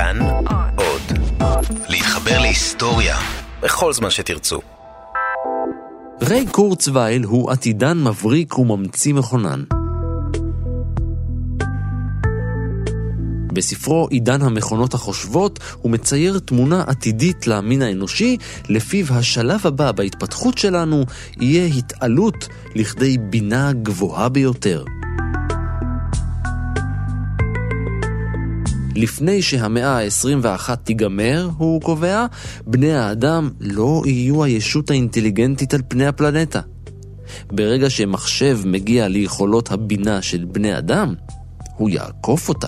כאן עוד. להתחבר להיסטוריה בכל זמן שתרצו. ריי קורצווייל הוא עתידן מבריק וממציא מכונן. בספרו עידן המכונות החושבות הוא מצייר תמונה עתידית למין האנושי, לפיו השלב הבא בהתפתחות שלנו יהיה התעלות לכדי בינה גבוהה ביותר. לפני שהמאה ה-21 תיגמר, הוא קובע, בני האדם לא יהיו הישות האינטליגנטית על פני הפלנטה. ברגע שמחשב מגיע ליכולות הבינה של בני אדם, הוא יעקוף אותה.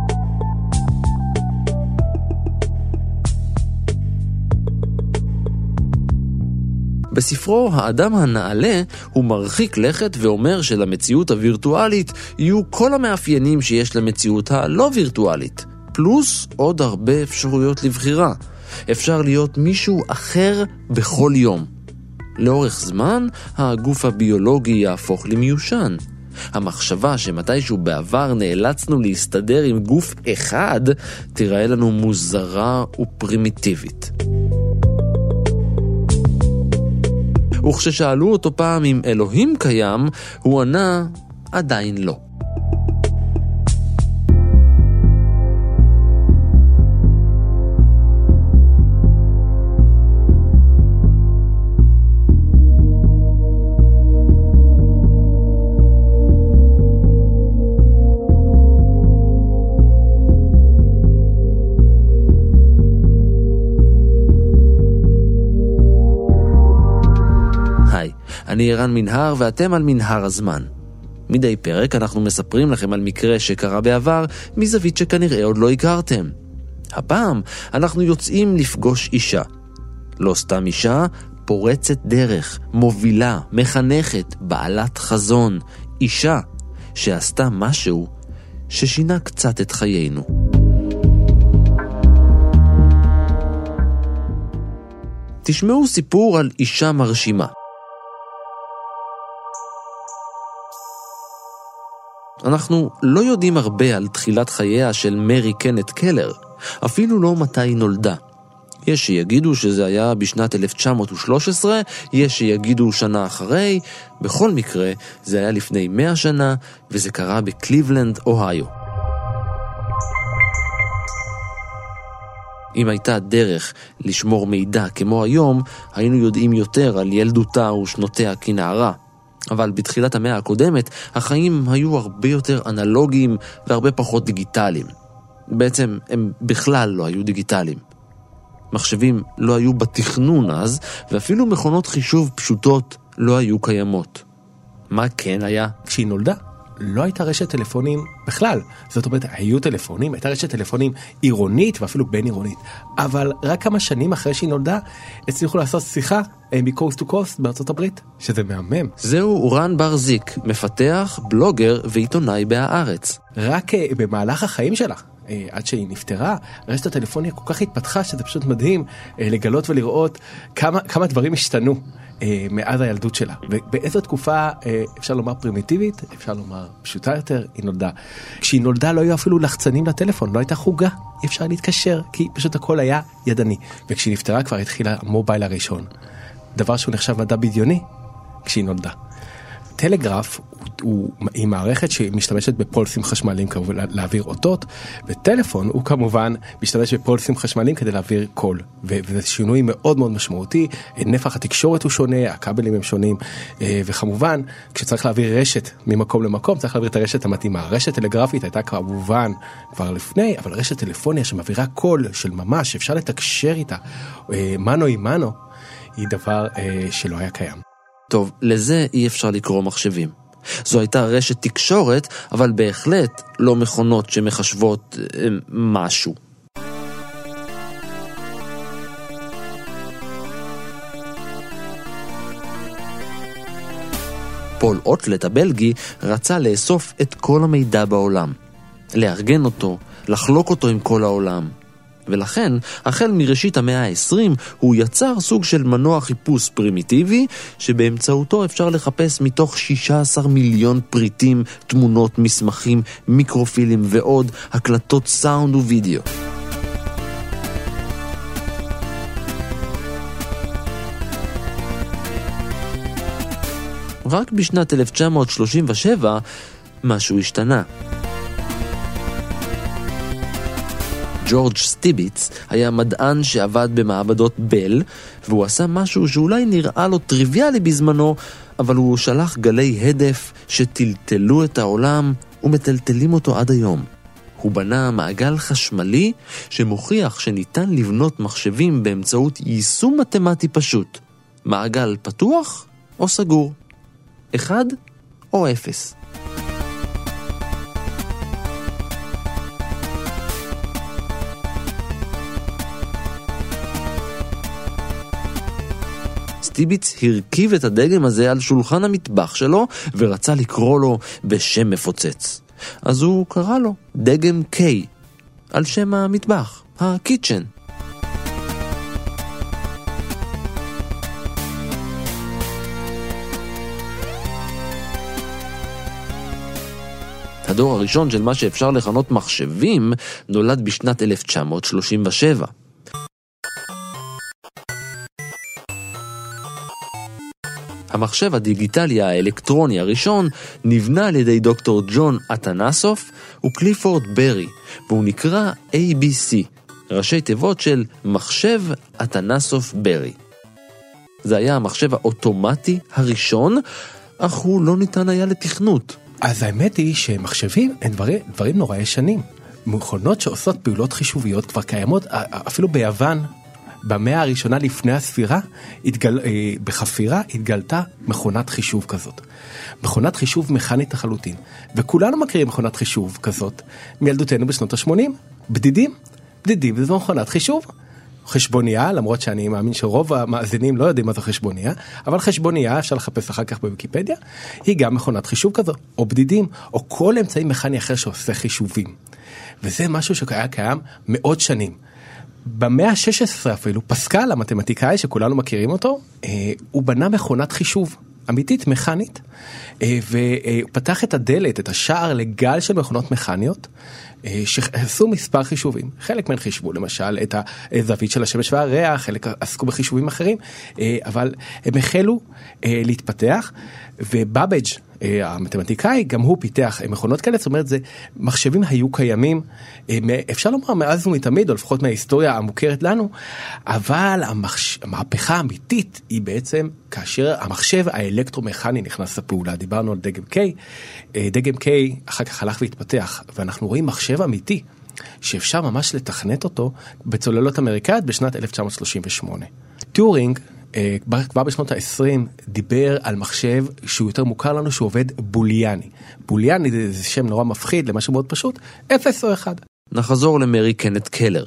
בספרו האדם הנעלה הוא מרחיק לכת ואומר שלמציאות הווירטואלית יהיו כל המאפיינים שיש למציאות הלא וירטואלית, פלוס עוד הרבה אפשרויות לבחירה. אפשר להיות מישהו אחר בכל יום. לאורך זמן הגוף הביולוגי יהפוך למיושן. המחשבה שמתישהו בעבר נאלצנו להסתדר עם גוף אחד תראה לנו מוזרה ופרימיטיבית. וכששאלו אותו פעם אם אלוהים קיים, הוא ענה, עדיין לא. אני ערן מנהר ואתם על מנהר הזמן. מדי פרק אנחנו מספרים לכם על מקרה שקרה בעבר מזווית שכנראה עוד לא הכרתם. הפעם אנחנו יוצאים לפגוש אישה. לא סתם אישה, פורצת דרך, מובילה, מחנכת, בעלת חזון. אישה שעשתה משהו ששינה קצת את חיינו. תשמעו סיפור על אישה מרשימה. אנחנו לא יודעים הרבה על תחילת חייה של מרי קנת קלר, אפילו לא מתי היא נולדה. יש שיגידו שזה היה בשנת 1913, יש שיגידו שנה אחרי, בכל מקרה זה היה לפני 100 שנה, וזה קרה בקליבלנד, אוהיו. אם הייתה דרך לשמור מידע כמו היום, היינו יודעים יותר על ילדותה ושנותיה כנערה. אבל בתחילת המאה הקודמת, החיים היו הרבה יותר אנלוגיים והרבה פחות דיגיטליים. בעצם הם בכלל לא היו דיגיטליים. מחשבים לא היו בתכנון אז, ואפילו מכונות חישוב פשוטות לא היו קיימות. מה כן היה? כשהיא נולדה, לא הייתה רשת טלפונים בכלל. זאת אומרת, היו טלפונים, הייתה רשת טלפונים עירונית ואפילו בין עירונית. אבל רק כמה שנים אחרי שהיא נולדה, הצליחו לעשות שיחה מקוסט טו קוסט בארצות הברית, שזה מהמם. זהו רן בר זיק, מפתח, בלוגר ועיתונאי בהארץ. רק במהלך החיים שלה, עד שהיא נפטרה, רשת הטלפוניה כל כך התפתחה שזה פשוט מדהים לגלות ולראות כמה דברים השתנו מאז הילדות שלה. ובאיזו תקופה אפשר לומר פרימיטיבית, אפשר לומר פשוטה יותר, היא נולדה. כשהיא נולדה לא היו אפילו לחצנים לטלפון, לא הייתה חוגה, אי אפשר להתקשר, כי פשוט הכל היה ידני. וכשהיא נפטרה כבר התחילה המובייל הראשון. דבר שהוא נחשב מדע בדיוני כשהיא נולדה. טלגרף היא מערכת שמשתמשת בפולסים חשמליים כמובן להעביר אותות, וטלפון הוא כמובן משתמש בפולסים חשמליים כדי להעביר קול, וזה שינוי מאוד מאוד משמעותי. נפח התקשורת הוא שונה, הכבלים הם שונים, וכמובן כשצריך להעביר רשת ממקום למקום צריך להעביר את הרשת המתאימה. רשת טלגרפית הייתה כמובן כבר לפני, אבל רשת טלפוניה שמעבירה קול של ממש, אפשר לתקשר איתה מנו עם מנו, היא דבר שלא היה קיים. טוב, לזה אי אפשר לקרוא מחשבים. זו הייתה רשת תקשורת, אבל בהחלט לא מכונות שמחשבות משהו. פול אוטלט הבלגי רצה לאסוף את כל המידע בעולם, לארגן אותו, לחלוק אותו עם כל העולם. ולכן, החל מראשית המאה ה-20, הוא יצר סוג של מנוע חיפוש פרימיטיבי, שבאמצעותו אפשר לחפש מתוך 16 מיליון פריטים, תמונות, מסמכים, מיקרופילים ועוד, הקלטות סאונד ווידאו. רק בשנת 1937 משהו השתנה. ג'ורג' סטיביץ היה מדען שעבד במעבדות בל, והוא עשה משהו שאולי נראה לו טריוויאלי בזמנו, אבל הוא שלח גלי הדף שטלטלו את העולם ומטלטלים אותו עד היום. הוא בנה מעגל חשמלי שמוכיח שניתן לבנות מחשבים באמצעות יישום מתמטי פשוט. מעגל פתוח או סגור? 1 או 0? סטיביץ הרכיב את הדגם הזה על שולחן המטבח שלו ורצה לקרוא לו בשם מפוצץ. אז הוא קרא לו דגם K, על שם המטבח, הקיצ'ן. הדור הראשון של מה שאפשר לכנות מחשבים נולד בשנת 1937. המחשב הדיגיטלי האלקטרוני הראשון נבנה על ידי דוקטור ג'ון אתנסוף וקליפורד ברי, והוא נקרא ABC, ראשי תיבות של מחשב אתנסוף ברי. זה היה המחשב האוטומטי הראשון, אך הוא לא ניתן היה לתכנות. אז האמת היא שמחשבים הם דברים נורא ישנים. מכונות שעושות פעולות חישוביות כבר קיימות, אפילו ביוון, במאה הראשונה לפני הספירה, בחפירה התגלתה מכונת חישוב כזאת. מכונת חישוב מכנית לחלוטין. וכולנו מכירים מכונת חישוב כזאת מילדותנו בשנות ה-80. בדידים זה מכונת חישוב. חשבוניה, למרות שאני מאמין שרוב המאזינים לא יודעים מה זה חשבוניה, אבל חשבוניה, אפשר לחפש אחר כך בוויקיפדיה, היא גם מכונת חישוב כזו, או בדידים, או כל אמצעי מכני אחר שעושה חישובים. וזה משהו שהיה קיים מאות שנים. במאה ה-16 אפילו, פסקל, המתמטיקאי שכולנו מכירים אותו, הוא בנה מכונת חישוב אמיתית, מכנית, ופתח את הדלת, את השער לגל של מכונות מכניות, שעשו מספר חישובים. חלק מהן חישבו, למשל, את הזווית של השמש והריח, חלק עסקו בחישובים אחרים, אבל הם החלו להתפתח, ובאבג' המתמטיקאי, גם הוא פיתח מכונות כאלה, זאת אומרת, מחשבים היו קיימים, אפשר לומר מאז ומתמיד, או לפחות מההיסטוריה המוכרת לנו, אבל המהפכה האמיתית היא בעצם כאשר המחשב האלקטרומכני נכנס לפעולה. דיברנו על דגם K, דגם K אחר כך הלך והתפתח, ואנחנו רואים מחשב אמיתי, שאפשר ממש לתכנת אותו בצוללות אמריקאית בשנת 1938. טיורינג, כבר בשנות ה-20 דיבר על מחשב שהוא יותר מוכר לנו, שהוא עובד בוליאני. בוליאני זה שם נורא מפחיד למשהו מאוד פשוט, 0 או 1. נחזור למרי קנת קלר.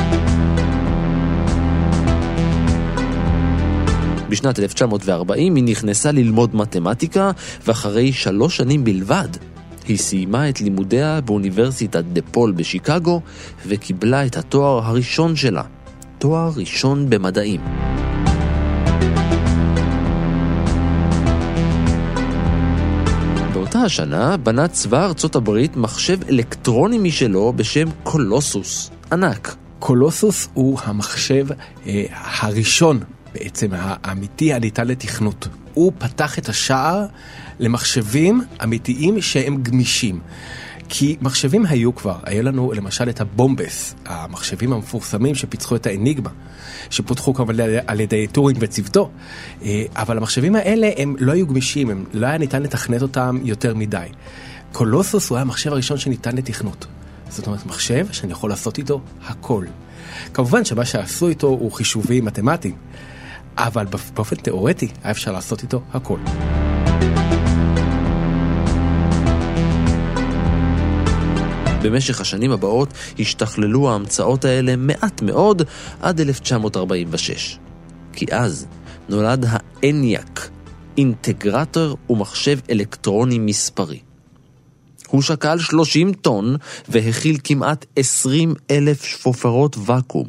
בשנת 1940 היא נכנסה ללמוד מתמטיקה, ואחרי 3 שנים בלבד היא סיימה את לימודיה באוניברסיטת דה פול בשיקגו, וקיבלה את התואר הראשון שלה, תואר ראשון במדעים. באותה השנה בנה צבא ארצות הברית מחשב אלקטרוני משלו בשם קולוסוס, ענק. קולוסוס הוא המחשב הראשון בעצם האמיתי הניתן לתכנות. הוא פתח את השער למחשבים אמיתיים שהם גמישים. כי מחשבים היו כבר, היה לנו למשל את הבומבס, המחשבים המפורסמים שפיצחו את האניגמה, שפותחו כמובן על ידי טורינג וצוותו, אבל המחשבים האלה הם לא היו גמישים, הם לא היה ניתן לתכנת אותם יותר מדי. קולוסוס הוא היה המחשב הראשון שניתן לתכנות. זאת אומרת, מחשב שאני יכול לעשות איתו הכל. כמובן שמה שעשו איתו הוא חישובים מתמטיים, אבל באופן תיאורטי היה אפשר לעשות איתו הכל. במשך השנים הבאות השתכללו ההמצאות האלה מעט מאוד עד 1946. כי אז נולד האניאק, אינטגרטור ומחשב אלקטרוני מספרי. הוא שקל 30 טון והכיל כמעט 20,000 שפופרות וקום.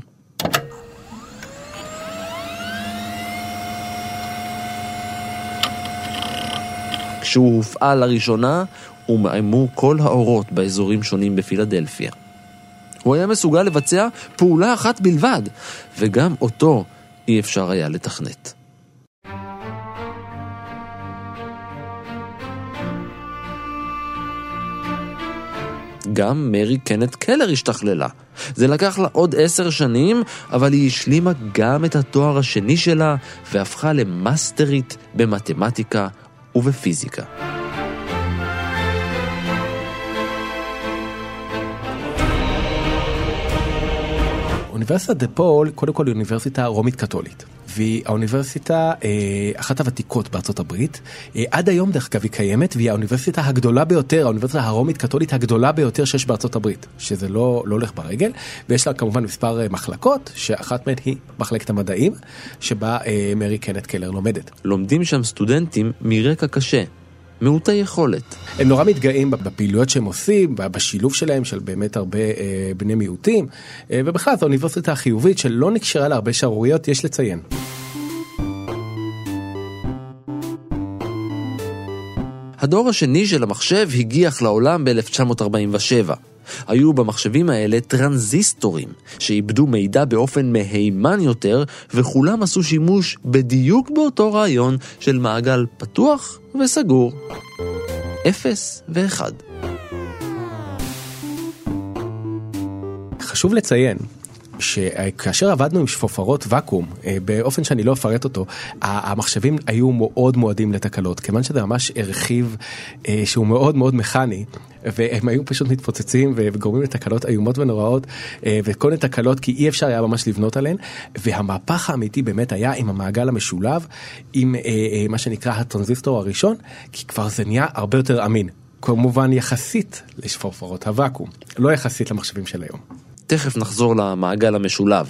כשהוא הופעל לראשונה, ומעמו כל האורות באזורים שונים בפילדלפיה. הוא היה מסוגל לבצע פעולה אחת בלבד, וגם אותו אי אפשר היה לתכנת. גם מרי קנת קלר השתכללה. זה לקח לה עוד 10 שנים, אבל היא השלימה גם את התואר השני שלה, והפכה למאסטרית במתמטיקה ובפיזיקה. אוניברסיטת דה פול, קודם כל היא אוניברסיטה רומית קתולית. והיא האוניברסיטה, אחת הוותיקות בארצות הברית. עד היום דרך אגב היא קיימת, והיא האוניברסיטה הגדולה ביותר, האוניברסיטה הרומית קתולית הגדולה ביותר שיש בארצות הברית, שזה לא הולך ברגל. ויש לה כמובן מספר מחלקות, שאחת מהן היא מחלקת המדעים, שבה מרי קנת קלר לומדת. לומדים שם סטודנטים מרקע קשה, מעוטי יכולת. הם נורא מתגאים בפעילויות שהם עושים, בשילוב שלהם של באמת הרבה בני מיעוטים, ובכלל זו אוניברסיטה החיובית שלא נקשרה להרבה שערוריות, יש לציין. הדור השני של המחשב הגיח לעולם ב-1947. היו במחשבים האלה טרנזיסטורים, שאיבדו מידע באופן מהימן יותר, וכולם עשו שימוש בדיוק באותו רעיון של מעגל פתוח וסגור. 0 ו-1. חשוב לציין שכאשר עבדנו עם שפופרות ואקום, באופן שאני לא אפרט אותו, המחשבים היו מאוד מועדים לתקלות, כיוון שזה ממש רכיב שהוא מאוד מאוד מכני, והם היו פשוט מתפוצצים וגורמים לתקלות איומות ונוראות, וכל מיני תקלות כי אי אפשר היה ממש לבנות עליהן, והמהפך האמיתי באמת היה עם המעגל המשולב, עם מה שנקרא הטרנזיסטור הראשון, כי כבר זה נהיה הרבה יותר אמין, כמובן יחסית לשפופרות הוואקום, לא יחסית למחשבים של היום. תכף נחזור למעגל המשולב.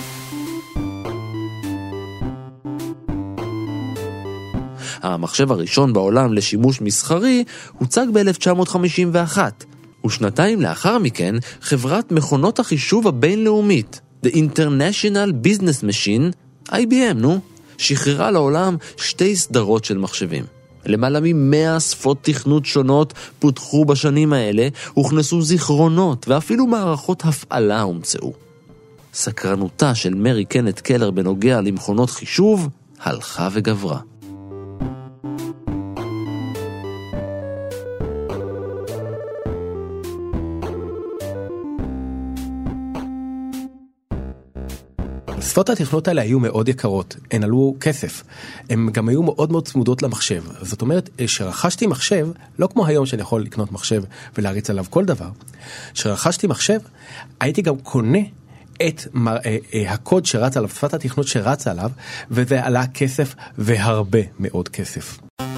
המחשב הראשון בעולם לשימוש מסחרי הוצג ב-1951, ושנתיים לאחר מכן חברת מכונות החישוב הבינלאומית, The International Business Machine, IBM, שחררה לעולם 2 סדרות של מחשבים. למעלה מ100 שפות תכנות שונות פותחו בשנים האלה, הוכנסו זיכרונות ואפילו מערכות הפעלה הומצאו. סקרנותה של מרי קנת קלר בנוגע למכונות חישוב הלכה וגברה. שפות התכנות האלה היו מאוד יקרות, הן עלו כסף, הן גם היו מאוד מאוד צמודות למחשב, זאת אומרת שרכשתי מחשב, לא כמו היום שאני יכול לקנות מחשב ולהריץ עליו כל דבר, שרכשתי מחשב, הייתי גם קונה את הקוד שרץ עליו, שפת התכנות שרץ עליו, וזה עלה כסף והרבה מאוד כסף.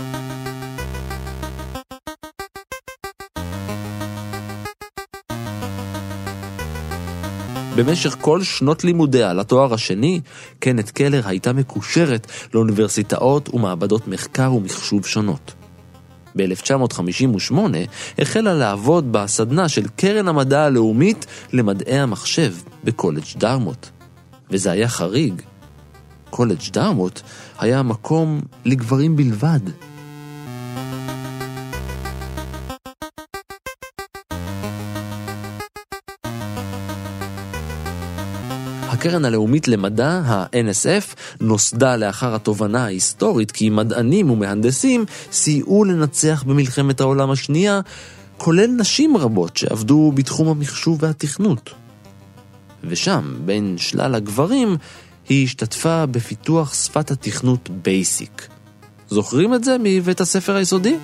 במשך כל שנות לימודיה לתואר השני, קנת קלר הייתה מקושרת לאוניברסיטאות ומעבדות מחקר ומחשוב שונות. ב-1958 החלה לעבוד בסדנה של קרן המדע הלאומית למדעי המחשב בקולג' דרמוט. וזה היה חריג. קולג' דרמוט היה מקום לגברים בלבד. הקרן הלאומית למדע, ה-NSF, נוסדה לאחר התובנה ההיסטורית כי מדענים ומהנדסים סייעו לנצח במלחמת העולם השנייה, כולל נשים רבות שעבדו בתחום המחשוב והתכנות. ושם, בין שלל הגברים, היא השתתפה בפיתוח שפת התכנות בייסיק. זוכרים את זה מבית הספר היסודי?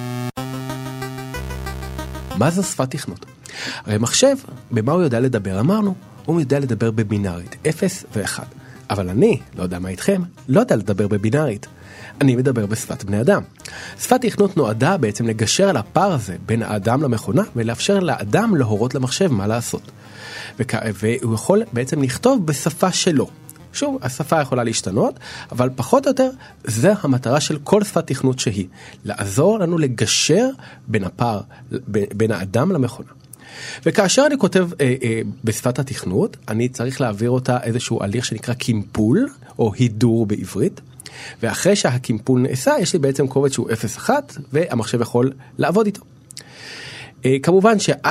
מה זו שפת תכנות? הרי מחשב, במה הוא יודע לדבר? אמרנו, הוא יודע לדבר בבינארית, 0 ו-1. אבל אני, לא יודע מה איתכם, לא יודע לדבר בבינארית. אני מדבר בשפת בני אדם. שפת תכנות נועדה בעצם לגשר על הפער הזה בין האדם למכונה, ולאפשר לאדם להורות למחשב מה לעשות. והוא יכול בעצם לכתוב בשפה שלו. שוב, השפה יכולה להשתנות, אבל פחות או יותר, זה המטרה של כל שפת תכנות שהיא. לעזור לנו לגשר בין הפער, בין האדם למכונה. וכאשר אני כותב בשפת התכנות, אני צריך להעביר אותה איזשהו הליך שנקרא קימפול, או הידור בעברית, ואחרי שהקימפול נעשה, יש לי בעצם קובץ שהוא 0-1, והמחשב יכול לעבוד איתו. כמובן שעד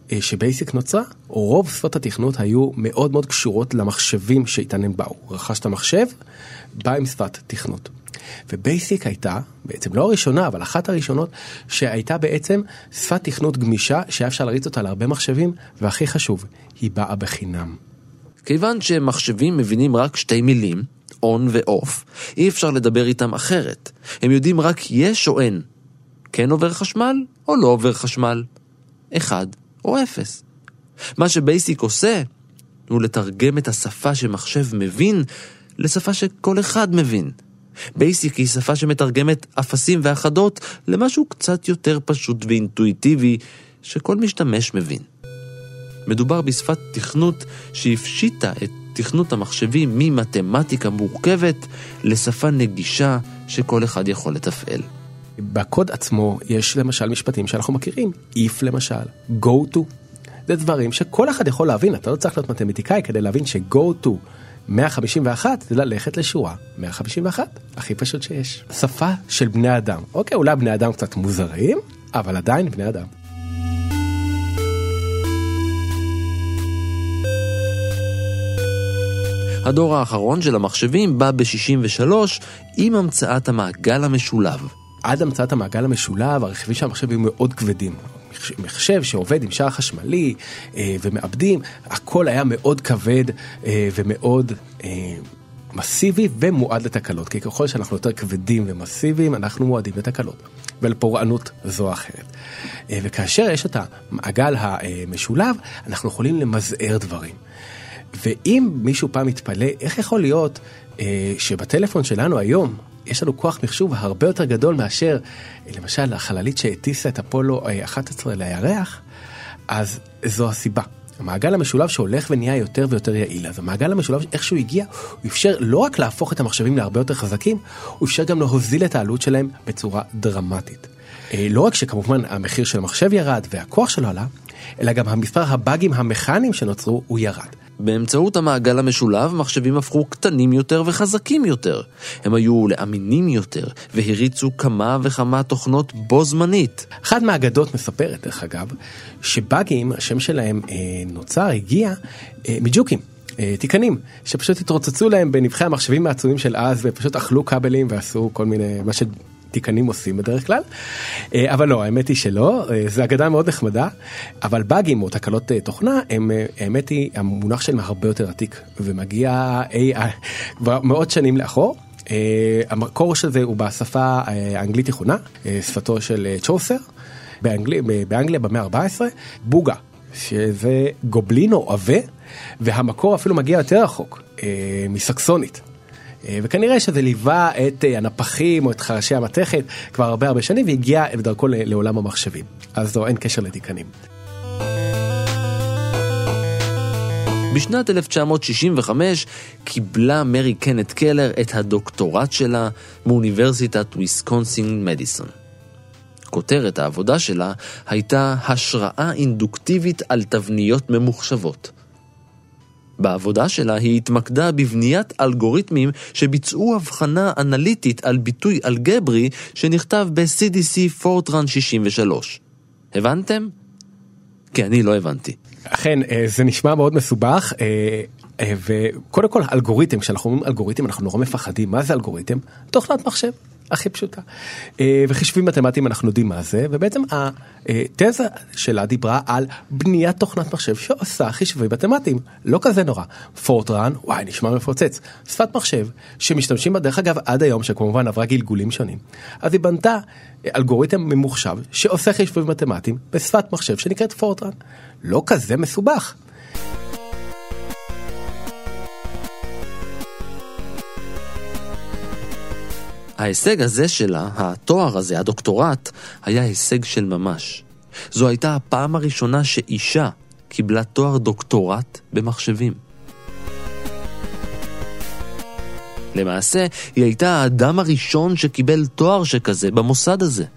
שבייסיק נוצרה, רוב שפות התכנות היו מאוד מאוד קשורות למחשבים שאיתן הם באו. רכשת מחשב, בא עם שפת תכנות. ובייסיק הייתה, בעצם לא הראשונה, אבל אחת הראשונות, שהייתה בעצם שפת תכנות גמישה, שהיה אפשר להריץ אותה להרבה מחשבים, והכי חשוב, היא באה בחינם. כיוון שמחשבים מבינים רק שתי מילים, on ו-off, אי אפשר לדבר איתם אחרת. הם יודעים רק יש או אין. כן עובר חשמל או לא עובר חשמל. 1 או 0. מה שבייסיק עושה, הוא לתרגם את השפה שמחשב מבין, לשפה שכל אחד מבין. בייסיק היא שפה שמתרגמת אפסים ואחדות למשהו קצת יותר פשוט ואינטואיטיבי שכל משתמש מבין. מדובר בשפת תכנות שהפשיטה את תכנות המחשבים ממתמטיקה מורכבת לשפה נגישה שכל אחד יכול לתפעל. בקוד עצמו יש למשל משפטים שאנחנו מכירים. if למשל, go to. זה דברים שכל אחד יכול להבין. אתה לא צריך להיות מתמטיקאי כדי להבין ש-go to 151 זה ללכת לשורה 151, הכי פשוט שיש. שפה של בני אדם. אוקיי, אולי בני אדם קצת מוזרים, אבל עדיין בני אדם. הדור האחרון של המחשבים בא ב-63 עם המצאת המעגל המשולב. עד המצאת המעגל המשולב, הרכיבים של המחשב היו מאוד כבדים. מחשב שעובד עם שער חשמלי ומעבדים, הכל היה מאוד כבד ומאוד מסיבי ומועד לתקלות. כי ככל שאנחנו יותר כבדים ומסיביים, אנחנו מועדים לתקלות ולפורענות זו אחרת. וכאשר יש את המעגל המשולב, אנחנו יכולים למזער דברים. ואם מישהו פעם מתפלא, איך יכול להיות שבטלפון שלנו היום, יש לנו כוח מחשוב הרבה יותר גדול מאשר, למשל, החללית שהטיסה את אפולו 11 לירח, אז זו הסיבה. המעגל המשולב שהולך ונהיה יותר ויותר יעיל. אז המעגל המשולב, איך שהוא הגיע, הוא אפשר לא רק להפוך את המחשבים להרבה יותר חזקים, הוא אפשר גם להוזיל את העלות שלהם בצורה דרמטית. לא רק שכמובן המחיר של המחשב ירד והכוח שלו עלה, אלא גם המספר הבאגים המכניים שנוצרו הוא ירד. באמצעות המעגל המשולב, מחשבים הפכו קטנים יותר וחזקים יותר. הם היו לאמינים יותר, והריצו כמה וכמה תוכנות בו זמנית. אחד מהאגדות מספרת, דרך אגב, שבאגים, השם שלהם נוצר, הגיע מג'וקים, תיקנים, שפשוט התרוצצו להם בנבחי המחשבים מעצומים של אז, ופשוט אכלו כבלים ועשו כל מיני, מה תיקנים עושים בדרך כלל, אבל לא, האמת היא שלא, זו אגדה מאוד נחמדה, אבל באגים או תקלות תוכנה, האמת היא, המונח שלהם הרבה יותר עתיק, ומגיע כבר מאות שנים לאחור. המקור של זה הוא בשפה האנגלית תיכונה, שפתו של צ'וסר, באנגליה במאה ה-14, בוגה, שזה גובלין או עווה, והמקור אפילו מגיע יותר רחוק, מסקסונית. וכנראה שזה ליווה את הנפחים או את חרשי המתכת כבר הרבה שנים, והגיע בדרכו לעולם המחשבים. אז אין קשר לתיקנים. בשנת 1965 קיבלה מרי קנט קלר את הדוקטורט שלה מאוניברסיטת וויסקונסין מדיסון. כותרת העבודה שלה הייתה השראה אינדוקטיבית על תבניות ממוחשבות. בעבודה שלה היא התמקדה בבניית אלגוריתמים שביצעו הבחנה אנליטית על ביטוי אלגברי שנכתב ב-CDC פורטרן 63. הבנתם? כי אני לא הבנתי. אכן, זה נשמע מאוד מסובך, וקודם כל אלגוריתם, כשאנחנו אומרים אלגוריתם אנחנו נורא מפחדים. מה זה אלגוריתם? תוכנת מחשב. הכי פשוטה. וחישובים מתמטיים אנחנו יודעים מה זה, ובעצם התזה שלה דיברה על בניית תוכנת מחשב שעושה חישובים מתמטיים. לא כזה נורא. פורטרן, וואי, נשמע מפוצץ. שפת מחשב שמשתמשים בה דרך אגב עד היום, שכמובן עברה גלגולים שונים. אז היא בנתה אלגוריתם ממוחשב שעושה חישובים מתמטיים בשפת מחשב שנקראת פורטרן. לא כזה מסובך. ההישג הזה שלה, התואר הזה, הדוקטורט, היה הישג של ממש. זו הייתה הפעם הראשונה שאישה קיבלה תואר דוקטורט במחשבים. למעשה, היא הייתה האדם הראשון שקיבל תואר שכזה במוסד הזה.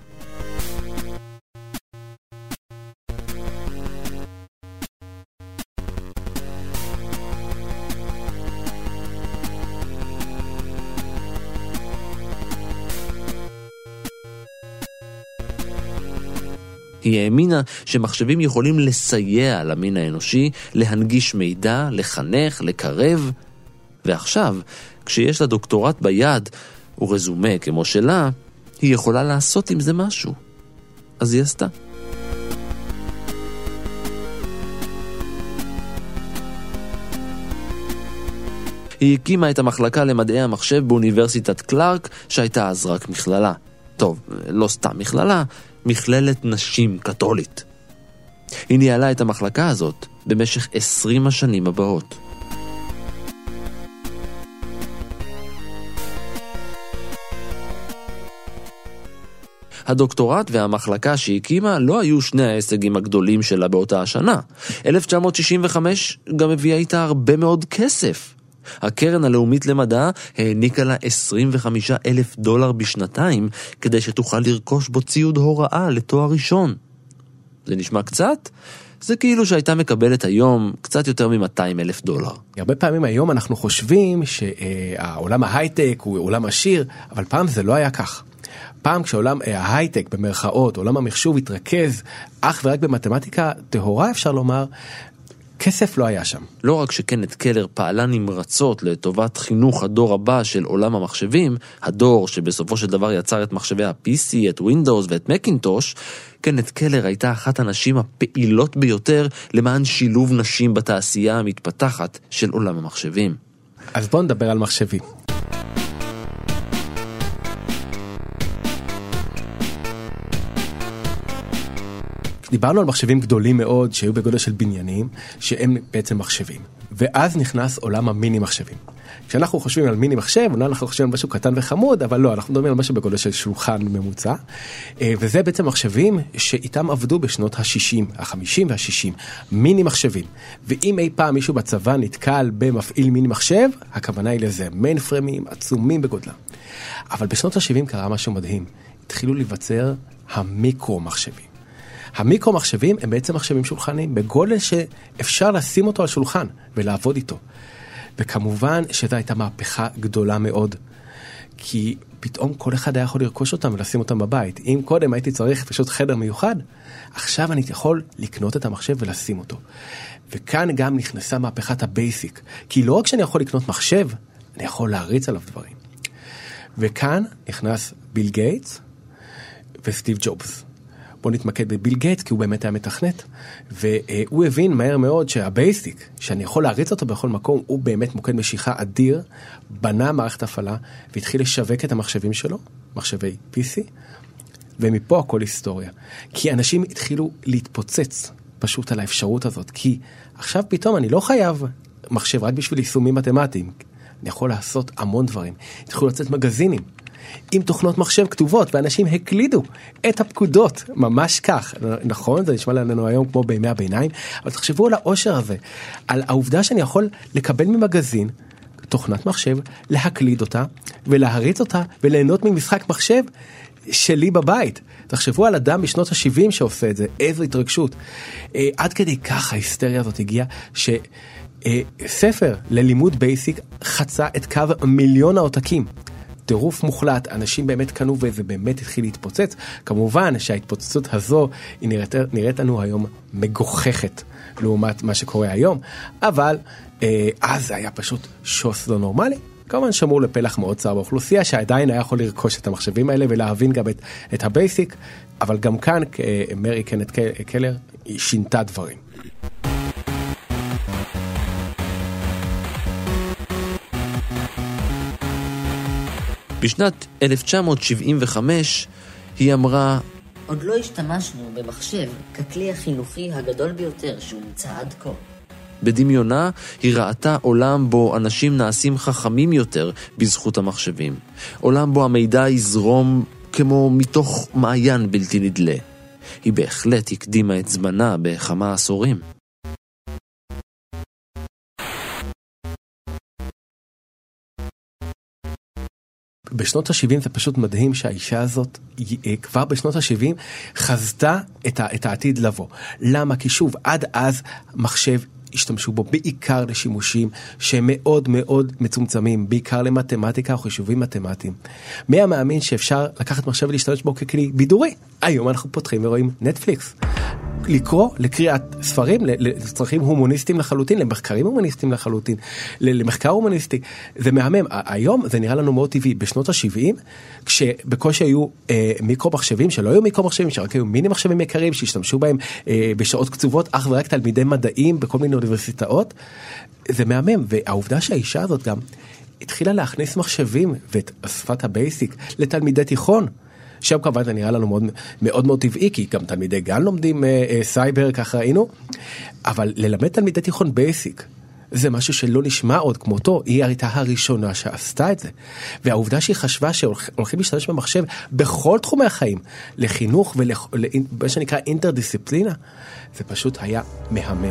היא האמינה שמחשבים יכולים לסייע למין האנושי, להנגיש מידע, לחנך, לקרב. ועכשיו, כשיש לה דוקטורט ביד ורזומה כמו שלה, היא יכולה לעשות עם זה משהו. אז היא עשתה. היא הקימה את המחלקה למדעי המחשב באוניברסיטת קלארק, שהייתה אז רק מכללה. טוב, לא סתם מכללה, מכללת נשים קתולית. היא ניהלה את המחלקה הזאת במשך 20 השנים הבאות. הדוקטורט והמחלקה שהקימה לא היו שני ההישגים הגדולים שלה באותה השנה. 1965 גם הביאה איתה הרבה מאוד כסף. הקרן הלאומית למדע העניקה לה $25,000 בשנתיים כדי שתוכל לרכוש בו ציוד הוראה לתואר ראשון. זה נשמע קצת? זה כאילו שהייתה מקבלת היום קצת יותר $200,000. הרבה פעמים היום אנחנו חושבים שהעולם ההייטק הוא עולם עשיר, אבל פעם זה לא היה כך. פעם כשעולם ההייטק במרכאות, עולם המחשוב התרכז אך ורק במתמטיקה טהורה, אפשר לומר, כסף לא היה שם. לא רק שקנט קלר פעלה נמרצות לטובת חינוך הדור הבא של עולם המחשבים, הדור שבסופו של דבר יצר את מחשבי ה-PC, את Windows ואת מקינטוש, קנט קלר הייתה אחת הנשים הפעילות ביותר למען שילוב נשים בתעשייה המתפתחת של עולם המחשבים. אז בואו נדבר על מחשבים. דיברנו על מחשבים גדולים מאוד שהיו בגודל של בניינים, שהם בעצם מחשבים. ואז נכנס עולם המיני מחשבים. כשאנחנו חושבים על מיני מחשב, אנחנו חושבים על משהו קטן וחמוד, אבל לא, אנחנו מדברים על משהו בגודל של שולחן ממוצע. וזה בעצם מחשבים שאיתם עבדו בשנות ה-60, ה-50 וה-60. מיני מחשבים. ואם אי פעם מישהו בצבא נתקל במפעיל מיני מחשב, הכוונה היא לזה מיינפרמים עצומים בגודלם. אבל בשנות ה-70 קרה משהו מדהים. התחילו להיווצר המיקרו מחשבים. המיקרו מחשבים הם בעצם מחשבים שולחניים, בגודל שאפשר לשים אותו על שולחן ולעבוד איתו. וכמובן שזו הייתה מהפכה גדולה מאוד, כי פתאום כל אחד היה יכול לרכוש אותם ולשים אותם בבית. אם קודם הייתי צריך פשוט חדר מיוחד, עכשיו אני יכול לקנות את המחשב ולשים אותו. וכאן גם נכנסה מהפכת הבייסיק, כי לא רק שאני יכול לקנות מחשב, אני יכול להריץ עליו דברים. וכאן נכנס ביל גייטס וסטיב ג'ובס. בוא נתמקד בביל גייטס, כי הוא באמת היה מתכנת, והוא הבין מהר מאוד שהבייסיק, שאני יכול להריץ אותו בכל מקום, הוא באמת מוקד משיכה אדיר, בנה מערכת הפעלה, והתחיל לשווק את המחשבים שלו, מחשבי PC, ומפה הכל היסטוריה. כי אנשים התחילו להתפוצץ פשוט על האפשרות הזאת, כי עכשיו פתאום אני לא חייב מחשב רק בשביל יישומים מתמטיים, אני יכול לעשות המון דברים. התחילו לצאת מגזינים, עם תוכנות מחשב כתובות, ואנשים הקלידו את הפקודות, ממש כך. נכון, זה נשמע לנו היום כמו בימי הביניים, אבל תחשבו על העושר הזה, על העובדה שאני יכול לקבל ממגזין, תוכנת מחשב, להקליד אותה, ולהריץ אותה, וליהנות ממשחק מחשב שלי בבית. תחשבו על אדם בשנות ה-70 שעושה את זה, איזו התרגשות. עד כדי כך ההיסטריה הזאת הגיעה, שספר ללימוד בייסיק חצה את קו 1,000,000 העותקים. טירוף מוחלט, אנשים באמת קנו וזה באמת התחיל להתפוצץ. כמובן שההתפוצצות הזו היא נראית לנו היום מגוחכת לעומת מה שקורה היום, אבל אז זה היה פשוט שוס לא נורמלי. כמובן שמור לפלח מאוד צר באוכלוסייה שעדיין היה יכול לרכוש את המחשבים האלה ולהבין גם את הבייסיק, אבל גם כאן מרי קנט קלר היא שינתה דברים. בשנת 1975 היא אמרה, עוד לא השתמשנו במחשב ככלי החינוכי הגדול ביותר שהומצא עד כה. בדמיונה היא ראתה עולם בו אנשים נעשים חכמים יותר בזכות המחשבים. עולם בו המידע יזרום כמו מתוך מעיין בלתי נדלה. היא בהחלט הקדימה את זמנה בכמה עשורים. בשנות ה-70 זה פשוט מדהים שהאישה הזאת כבר בשנות ה-70 חזתה את העתיד לבוא. למה? כי שוב, עד אז מחשב השתמשו בו בעיקר לשימושים שהם מאוד מאוד מצומצמים, בעיקר למתמטיקה או חישובים מתמטיים. מי המאמין שאפשר לקחת מחשב ולהשתמש בו ככלי בידורי? היום אנחנו פותחים ורואים נטפליקס. לקרוא לקריאת ספרים, לצרכים הומניסטיים לחלוטין, למחקרים הומניסטיים לחלוטין, למחקר הומניסטי. זה מהמם. היום זה נראה לנו מאוד טבעי. בשנות ה-70, כשבקושי היו מיקרו-מחשבים, שלא היו מיקרו-מחשבים, שרק היו מיני-מחשבים יקרים, שהשתמשו בהם בשעות קצובות, אך ורק תלמידי מדעים בכל מיני אוניברסיטאות, זה מהמם. והעובדה שהאישה הזאת גם התחילה להכניס מחשבים ואת שפת הבייסיק לתלמידי תיכון, שם כמובן זה נראה לנו מאוד מאוד, מאוד טבעי, כי גם תלמידי גן לומדים סייבר, כך ראינו, אבל ללמד תלמידי תיכון בייסיק, זה משהו שלא נשמע עוד כמותו, היא הייתה הראשונה שעשתה את זה, והעובדה שהיא חשבה שהולכים להשתמש במחשב בכל תחומי החיים, לחינוך ומה שנקרא אינטרדיסציפלינה, זה פשוט היה מהמם.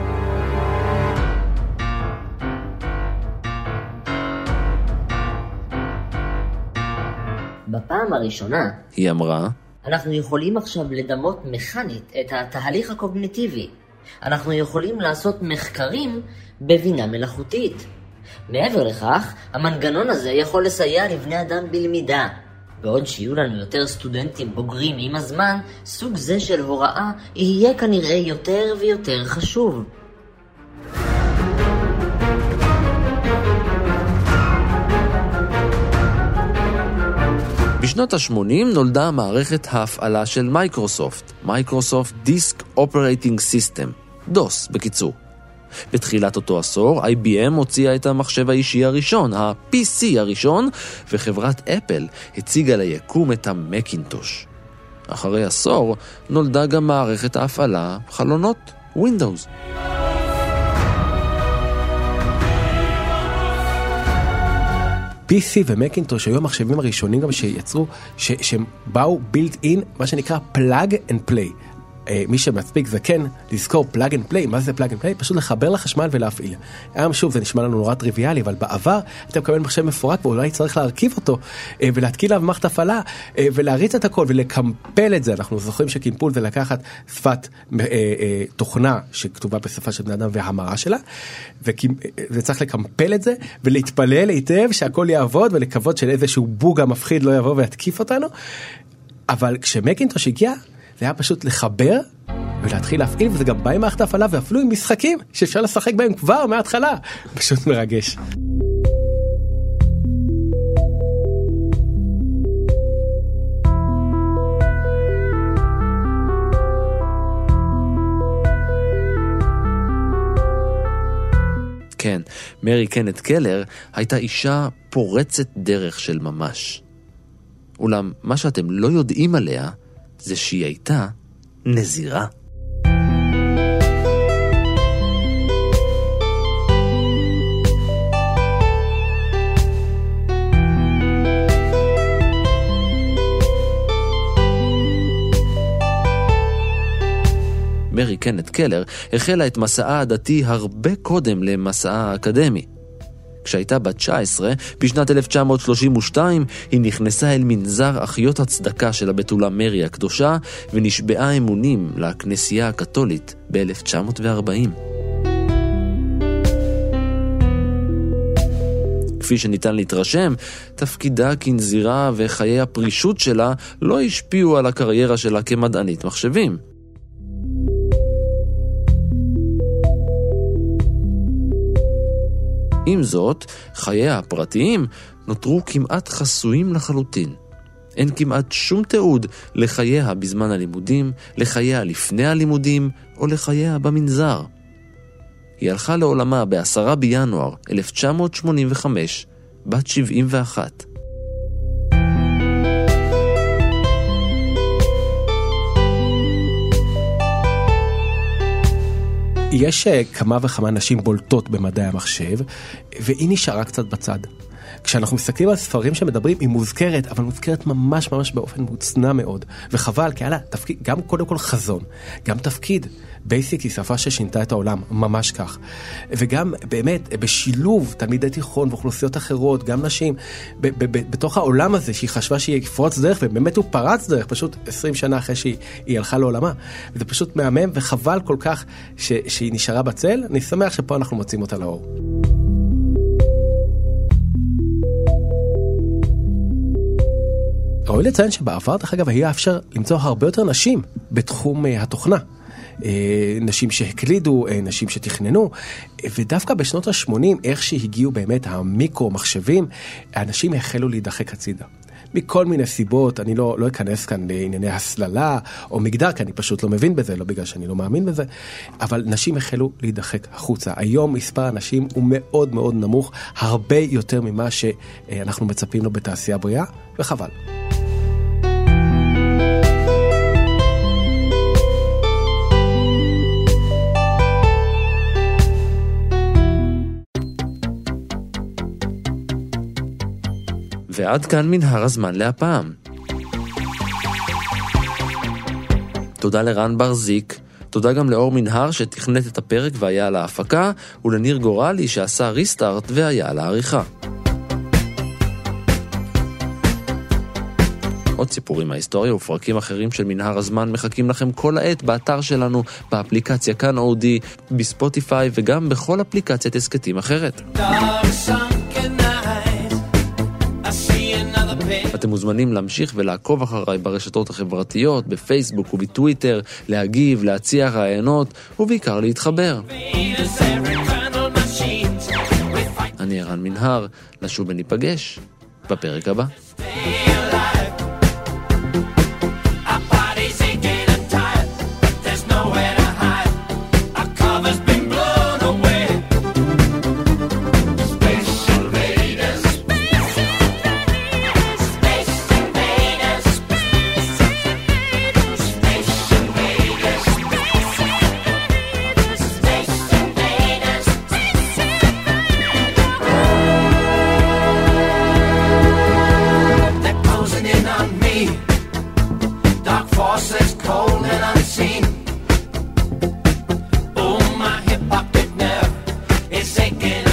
בפעם הראשונה, היא אמרה, אנחנו יכולים עכשיו לדמות מכנית את התהליך הקוגניטיבי. אנחנו יכולים לעשות מחקרים בבינה מלאכותית. מעבר לכך, המנגנון הזה יכול לסייע לבני אדם בלמידה. בעוד שיהיו לנו יותר סטודנטים בוגרים עם הזמן, סוג זה של הוראה יהיה כנראה יותר ויותר חשוב. בשנות ה-80 נולדה מערכת ההפעלה של מייקרוסופט, מייקרוסופט דיסק אופרייטינג סיסטם, דוס בקיצור. בתחילת אותו עשור, IBM הוציאה את המחשב האישי הראשון, ה-PC הראשון, וחברת אפל הציגה ליקום את המקינטוש. אחרי עשור נולדה גם מערכת ההפעלה חלונות, Windows. PC ומקינטוש היו המחשבים הראשונים גם שיצרו, שהם באו built in, מה שנקרא plug and play. מי שמספיק זה כן לזכור plug and play. מה זה plug and play? פשוט לחבר לחשמל ולהפעיל. היום שוב זה נשמע לנו נורא טריוויאלי, אבל בעבר אתה מקבל מחשב מפורק ואולי צריך להרכיב אותו ולהתקיל עליו מערכת הפעלה ולהריץ את הכל ולקמפל את זה. אנחנו זוכרים שקימפול זה לקחת שפת תוכנה שכתובה בשפה של בני אדם והמרה שלה, וצריך לקמפל את זה ולהתפלל היטב שהכל יעבוד ולקוות של איזשהו בוג המפחיד לא יבוא ויתקיף אותנו. אבל כשמקינטוש הגיע זה היה פשוט לחבר ולהתחיל להפעיל, וזה גם בא עם מערכת ההפעלה ואפילו עם משחקים שאפשר לשחק בהם כבר מההתחלה. פשוט מרגש. כן, מרי קנת קלר הייתה אישה פורצת דרך של ממש. אולם מה שאתם לא יודעים עליה זה שהיא הייתה נזירה. מרי קנת קלר החלה את מסעה הדתי הרבה קודם למסעה האקדמי. כשהייתה בת 19, בשנת 1932, היא נכנסה אל מנזר אחיות הצדקה של הבתולה מרי הקדושה, ונשבעה אמונים לכנסייה הקתולית ב-1940. כפי שניתן להתרשם, תפקידה כנזירה וחיי הפרישות שלה לא השפיעו על הקריירה שלה כמדענית מחשבים. עם זאת, חייה הפרטיים נותרו כמעט חסויים לחלוטין. אין כמעט שום תיעוד לחייה בזמן הלימודים, לחייה לפני הלימודים או לחייה במנזר. היא הלכה לעולמה ב-10 בינואר 1985, בת 71. יש כמה וכמה נשים בולטות במדעי המחשב, והיא נשארה קצת בצד. כשאנחנו מסתכלים על ספרים שמדברים, היא מוזכרת, אבל מוזכרת ממש ממש באופן מוצנע מאוד. וחבל, כי היה לה תפקיד, גם קודם כל חזון, גם תפקיד. בייסיק היא שפה ששינתה את העולם, ממש כך. וגם באמת, בשילוב תלמידי תיכון ואוכלוסיות אחרות, גם נשים, בתוך העולם הזה שהיא חשבה שהיא יפרוץ דרך, ובאמת הוא פרץ דרך, פשוט 20 שנה אחרי שהיא הלכה לעולמה. וזה פשוט מהמם, וחבל כל כך שהיא נשארה בצל. אני שמח שפה אנחנו מוצאים אותה לאור. ראוי לציין שבעבר, דרך אגב, היה אפשר למצוא הרבה יותר נשים בתחום התוכנה. נשים שהקלידו, נשים שתכננו, ודווקא בשנות ה-80, איך שהגיעו באמת המיקרו-מחשבים, האנשים החלו להידחק הצידה. מכל מיני סיבות, אני לא אכנס כאן לענייני הסללה או מגדר, כי אני פשוט לא מבין בזה, לא בגלל שאני לא מאמין בזה, אבל נשים החלו להידחק החוצה. היום מספר הנשים הוא מאוד מאוד נמוך, הרבה יותר ממה שאנחנו מצפים לו בתעשייה בריאה, וחבל. ועד כאן מנהר הזמן להפעם. תודה לרן ברזיק, תודה גם לאור מנהר שתכנת את הפרק והיה על ההפקה, ולניר גורלי שעשה ריסטארט והיה על העריכה. עוד סיפורים מההיסטוריה ופרקים אחרים של מנהר הזמן מחכים לכם כל העת באתר שלנו, באפליקציה כאן אודי, בספוטיפיי וגם בכל אפליקציית הסקטים אחרת. אתם מוזמנים להמשיך ולעקוב אחריי ברשתות החברתיות, בפייסבוק ובטוויטר, להגיב, להציע רעיונות ובעיקר להתחבר. אני ערן מנהר, נשוב וניפגש בפרק הבא. Forces cold and unseen. Oh, my hip pocket nerve is aching.